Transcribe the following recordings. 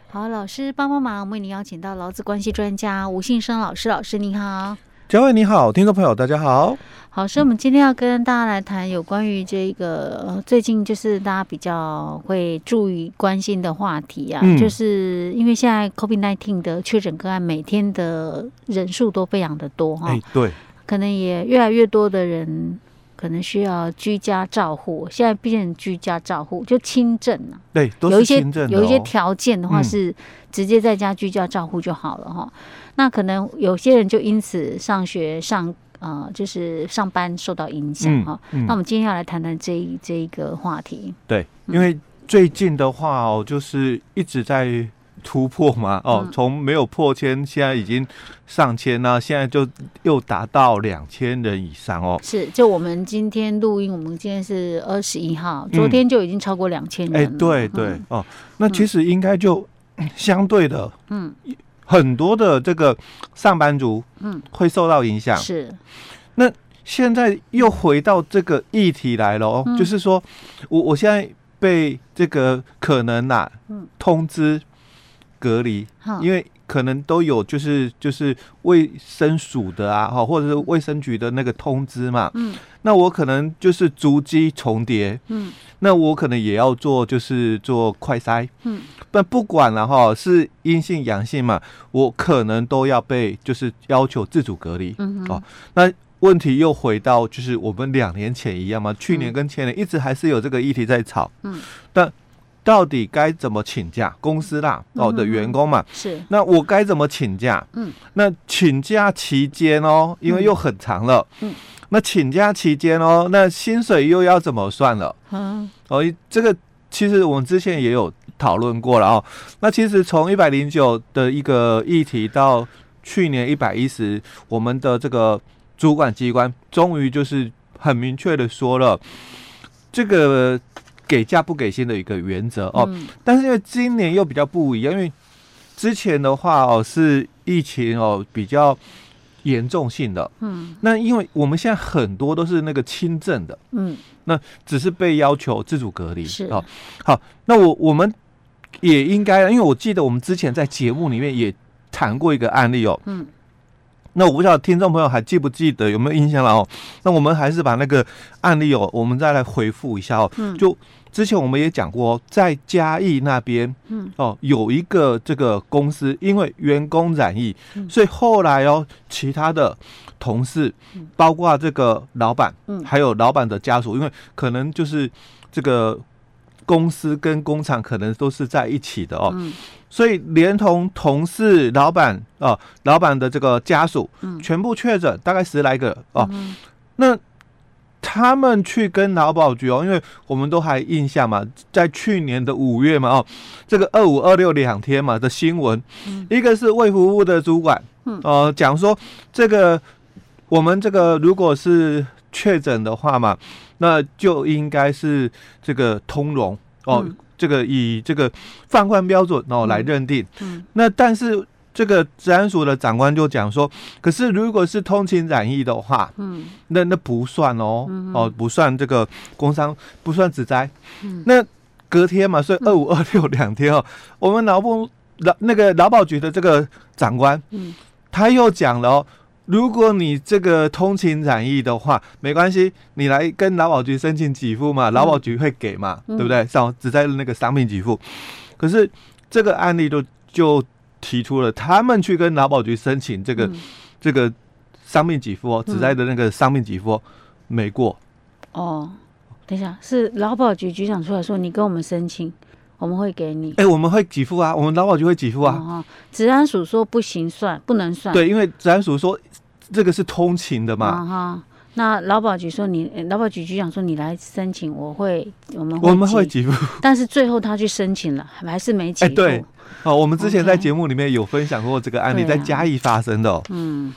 好，老师帮帮忙，我们为您邀请到劳资关系专家吴信生老师。老师您好。 嘉惠你好，听众朋友大家好。 好，所以我们今天要跟大家来谈有关于这个最近就是大家比较会注意关心的话题啊，就是因为现在 COVID-19 的确诊个案每天的人数都非常的多哈， 对， 可能也越来越多的人可能需要居家照护，现在变成居家照护就轻症啊， 对，都是轻症的有一些条件的话是直接在家居家照护就好了哈。那可能有些人就因此上学就是上班受到影响哈。那我们今天要来谈谈这一个话题。 对，因为最近的话就是一直在突破嘛从没有破千，现在已经上千了，现在就又达到2000人以上是，就我们今天录音，我们今天是21号，昨天就已经超过2000人了。 对对那其实应该就相对的很多的这个上班族会受到影响。 是， 那现在又回到这个议题来了就是说我现在被这个可能通知隔离，因为可能都有就是卫生署的或者是卫生局的那个通知嘛，那我可能就是足迹重叠，那我可能也要做快筛，但不管了是阴性阳性嘛，我可能都要被就是要求自主隔离，那问题又回到就是我们2年前一样嘛，去年跟前年一直还是有这个议题在吵，但到底该怎么请假？公司的员工嘛， 是。 那我该怎么请假？那请假期间因为又很长了，那请假期间那薪水又要怎么算了？这个其实我们之前也有讨论过了那其实从109的一个议题到去年110，我们的这个主管机关终于就是很明确的说了这个给假不给薪的一个原则但是因为今年又比较不一样，因为之前的话是疫情比较严重性的，那因为我们现在很多都是那个轻症的，那只是被要求自主隔离， 是好，那我们也应该，因为我记得我们之前在节目里面也谈过一个案例那我不知道听众朋友还记不记得，有没有印象了那我们还是把那个案例我们再来回复一下就之前我们也讲过在嘉义那边有一个这个公司因为员工染疫，所以后来其他的同事包括这个老板还有老板的家属，因为可能就是这个公司跟工厂可能都是在一起的所以连同同事、老板的这个家属全部确诊，大概10来个那他们去跟劳保局因为我们都还印象嘛，在去年的5月嘛这个25、262天嘛的新闻，一个是卫福部的主管讲说这个我们这个如果是确诊的话嘛，那就应该是这个通融这个以这个放宽标准来认定那但是这个治安署的长官就讲说，可是如果是通勤染疫的话那不算不算这个工伤，不算职灾那隔天嘛，所以25、26 2天我们那个劳保局的这个长官他又讲了如果你这个通勤染疫的话，没关系，你来跟劳保局申请给付嘛，劳保局会给嘛，对不对？只在那个伤病给付。可是这个案例就提出了，他们去跟劳保局申请这个伤病给付只在的那个伤病给付没过。 等一下，是劳保局局长出来说，你跟我们申请。我们会给你， 我们会给付我们劳保局会给付治安署说不行不能算， 对，因为治安署说这个是通勤的嘛那劳保局说劳保局局长说你来申请，我们会给付， 但是最后他去申请了，还是没给付。 对我们之前在节目里面有分享过这个案例，在嘉义发生的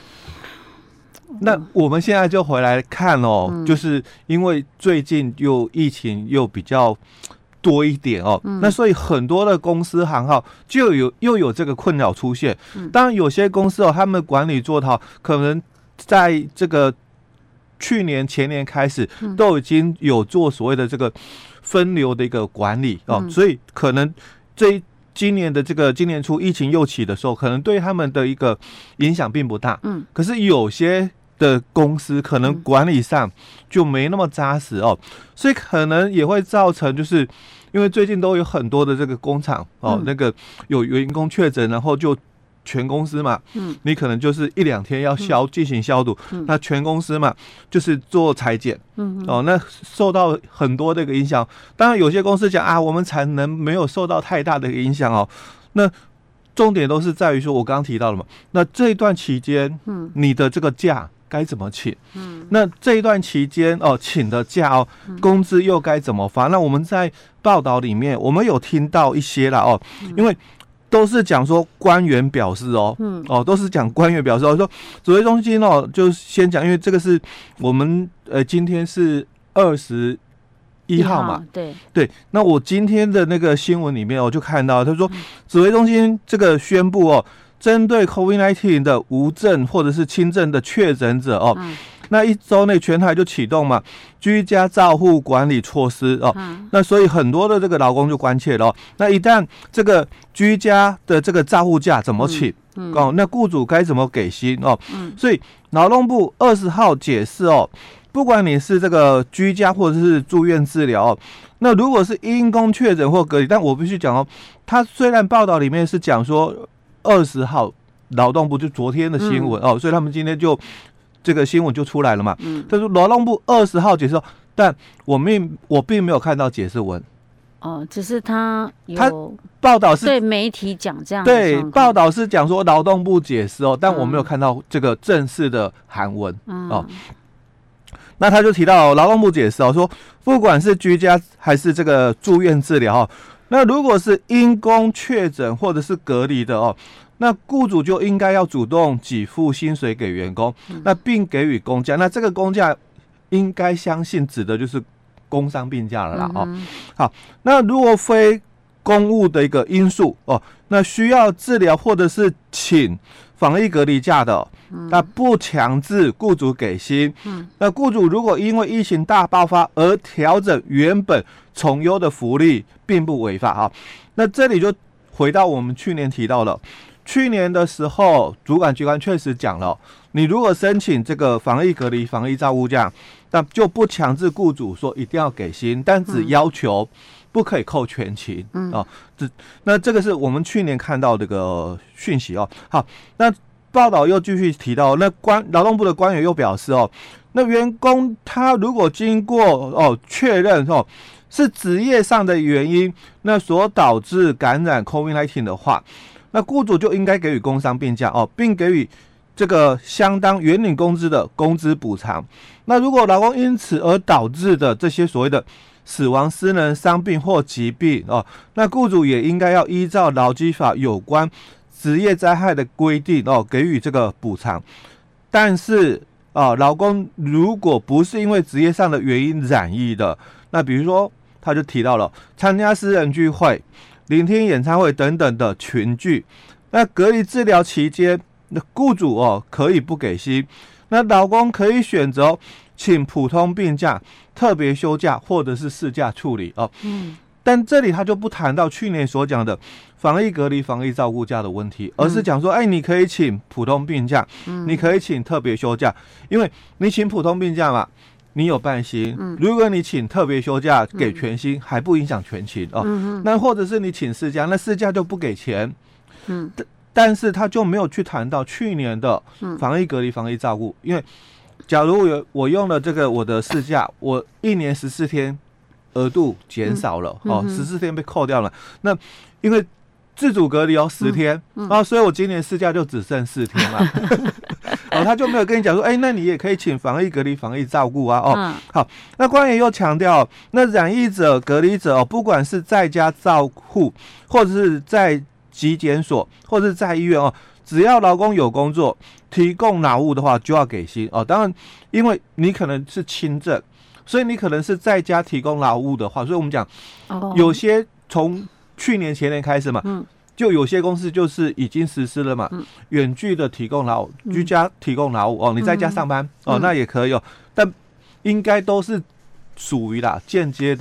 那我们现在就回来看就是因为最近疫情又比较多一点那所以很多的公司行号又有这个困扰出现。当然有些公司他们管理做得好，可能在这个去年前年开始都已经有做所谓的这个分流的一个管理所以可能今年的今年初疫情又起的时候，可能对他们的一个影响并不大。可是有些的公司可能管理上就没那么扎实哦，所以可能也会造成，就是因为最近都有很多的这个工厂哦，那个有员工确诊，然后就全公司嘛，你可能就是1-2天要进行消毒，那全公司嘛就是做裁剪，哦，那受到很多的一个影响。当然有些公司讲啊，我们产能没有受到太大的一个影响哦，那重点都是在于说，我刚刚提到了嘛，那这一段期间，你的这个假该怎么请？那这一段期间哦，请的假哦，工资又该怎么发？那我们在报道里面，我们有听到一些啦哦，因为都是讲说官员表示哦，都是讲官员表示哦，说指挥中心哦，就先讲，因为这个是我们今天是21号嘛，对，那我今天的那个新闻里面我就看到他说，指挥中心这个宣布哦，针对 COVID-19 的无症或者是轻症的确诊者哦，那1周内全台就启动嘛居家照护管理措施哦，那所以很多的这个劳工就关切了哦，那一旦这个居家的这个照护假怎么请哦，那雇主该怎么给薪哦，所以劳动部20号解释哦，不管你是这个居家或者是住院治疗哦，那如果是因公确诊或隔离，但我必须讲哦，他虽然报道里面是讲说20号劳动部就昨天的新闻哦，所以他们今天就这个新闻就出来了嘛。他说劳动部20号解释，但我并没有看到解释文。 哦，只是他报道是对媒体讲这样， 对，报道是讲说劳动部解释哦，但我没有看到这个正式的韩文哦。那他就提到劳动部解释哦，说不管是居家还是这个住院治疗哦，那如果是因公确诊或者是隔离的哦，那雇主就应该要主动给付薪水给员工，那并给予公假。那这个公假应该相信指的就是工伤病假了啦哦。好，那如果非公务的一个因素哦，那需要治疗或者是请防疫隔离假的，那不强制雇主给薪。那雇主如果因为疫情大爆发而调整原本从优的福利，并不违法啊。那这里就回到我们去年提到了，去年的时候主管机关确实讲了，你如果申请这个防疫隔离、防疫照顾假，那就不强制雇主说一定要给薪，但只要求不可以扣全勤哦。那这个是我们去年看到这个讯息哦。好，那报道又继续提到，那劳动部的官员又表示哦，那员工他如果经过确认是职业上的原因，那所导致感染 COVID-19 的话，那雇主就应该给予工伤病假并给予这个相当原领工资的工资补偿。那如果劳工因此而导致的这些所谓的死亡、失能、伤病或疾病那雇主也应该要依照劳基法有关职业灾害的规定给予这个补偿。但是劳工如果不是因为职业上的原因染疫的，那比如说他就提到了参加私人聚会、聆听演唱会等等的群聚，那隔离治疗期间，那雇主可以不给薪，那劳工可以选择请普通病假、特别休假或者是事假处理但这里他就不谈到去年所讲的防疫隔离、防疫照顾假的问题，而是讲说，你可以请普通病假，你可以请特别休假，因为你请普通病假嘛，你有半薪，如果你请特别休假给全薪，还不影响全勤那或者是你请事假，那事假就不给钱，但是他就没有去谈到去年的防疫隔离、防疫照顾，因为假如我用了这个我的事假，我1年14天额度减少了14天被扣掉了，那因为自主隔离10天所以我今年事假就只剩4天嘛他就没有跟你讲说，那你也可以请防疫隔离、防疫照顾啊好，那官员又强调，那染疫者、隔离者不管是在家照护，或者是在疾检所，或者是在医院只要劳工有工作，提供劳务的话就要给薪当然，因为你可能是轻症，所以你可能是在家提供劳务的话，所以我们讲有些从去年前年开始嘛，就有些公司就是已经实施了嘛，远距的提供劳务、居家提供劳务你在家上班那也可以但应该都是属于间接的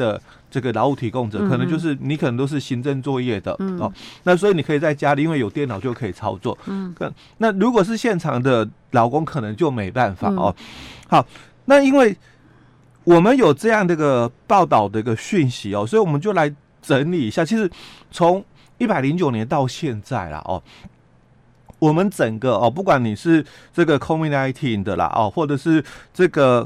这个劳务提供者，可能就是你可能都是行政作业的哦，那所以你可以在家里，因为有电脑就可以操作。那如果是现场的劳工，可能就没办法哦。好，那因为我们有这样的一个报道的一个讯息哦，所以我们就来整理一下。其实从109年到现在啦哦，我们整个哦，不管你是这个 COVID-19 的啦哦，或者是这个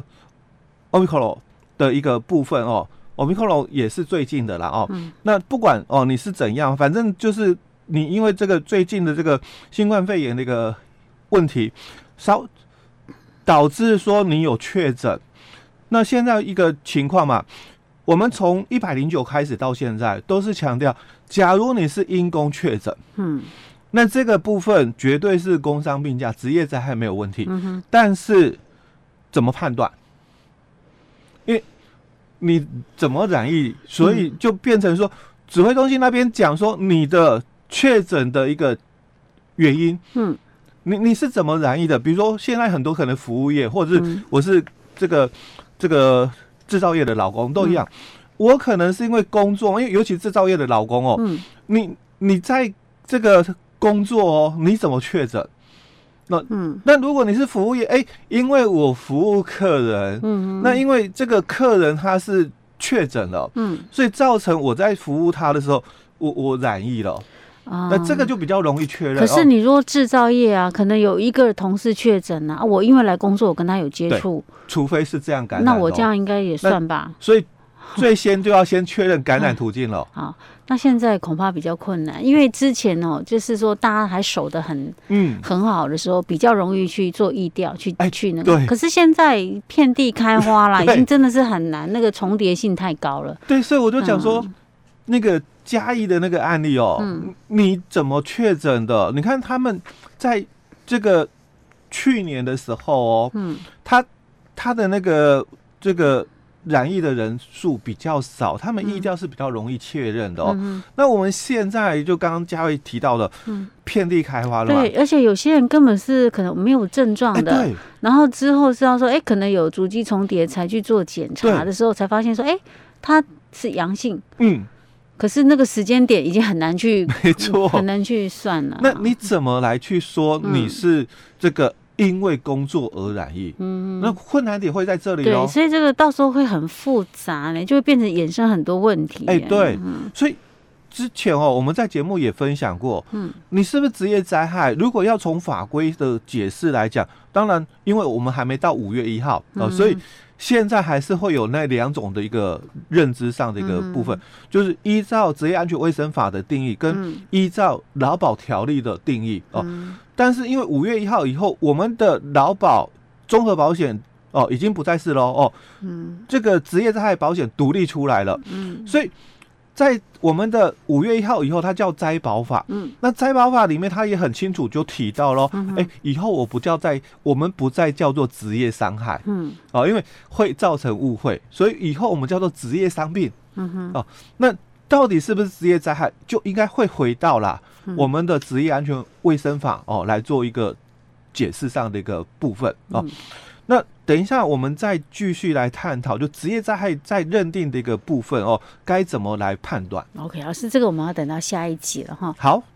Omicron 的一个部分哦。Omicron 也是最近的啦哦，那不管哦你是怎样，反正就是你因为这个最近的这个新冠肺炎的一个问题，导致说你有确诊。那现在一个情况嘛，我们从109开始到现在都是强调，假如你是因公确诊，那这个部分绝对是工伤病假、职业灾害没有问题。但是怎么判断？因为你怎么染疫，所以就变成说，指挥中心那边讲说你的确诊的一个原因，你是怎么染疫的？比如说现在很多可能服务业，或者是我是这个制造业的劳工都一样，我可能是因为工作，因为尤其制造业的劳工哦，你在这个工作哦，你怎么确诊？那如果你是服务业，因为我服务客人，那因为这个客人他是确诊了，所以造成我在服务他的时候，我染疫了，那这个就比较容易确认。 可是你如果制造业啊，可能有一个同事确诊啊，我因为来工作，我跟他有接触， 除非是这样感染， 那我这样应该也算吧？ 所以最先就要先确认感染途径了。 好，那现在恐怕比较困难，因为之前哦，就是说大家还守得很好的时候，比较容易去做疫调，去那个。可是现在遍地开花啦，已经真的是很难，那个重叠性太高了。 对，所以我就讲说，那个嘉义的那个案例哦，你怎么确诊的？你看他们在这个去年的时候哦，他的那个这个染疫的人数比较少，他们疫调是比较容易确认的哦。那我们现在就刚刚嘉慧提到的，遍地开花了嘛。 对，而且有些人根本是可能没有症状的，然后之后知道说，可能有足迹重叠，才去做检查的时候，才发现说，他是阳性。可是那个时间点已经很难去， 没错， 很难去算了。 那你怎么来去说你是这个？因为工作而染疫，那困难点会在这里对，所以这个到时候会很复杂呢，就会变成衍生很多问题。 对，所以之前哦，我们在节目也分享过，你是不是职业灾害？如果要从法规的解释来讲，当然，因为我们还没到5月1号所以现在还是会有那2种的一个认知上的一个部分，就是依照职业安全卫生法的定义，跟依照劳保条例的定义哦。但是因为5月1号以后，我们的劳保综合保险已经不再是喽哦，这个职业灾害保险独立出来了，所以在我们的5月1号以后，它叫灾保法，那灾保法里面它也很清楚就提到咯，以后我们不再叫做职业伤害，因为会造成误会，所以以后我们叫做职业伤病，那到底是不是职业灾害，就应该会回到啦我们的职业安全卫生法来做一个解释上的一个部分那等一下我们再继续来探讨，就职业灾害在认定的一个部分该怎么来判断。 OK， 老师，这个我们要等到下一集了哈。 好。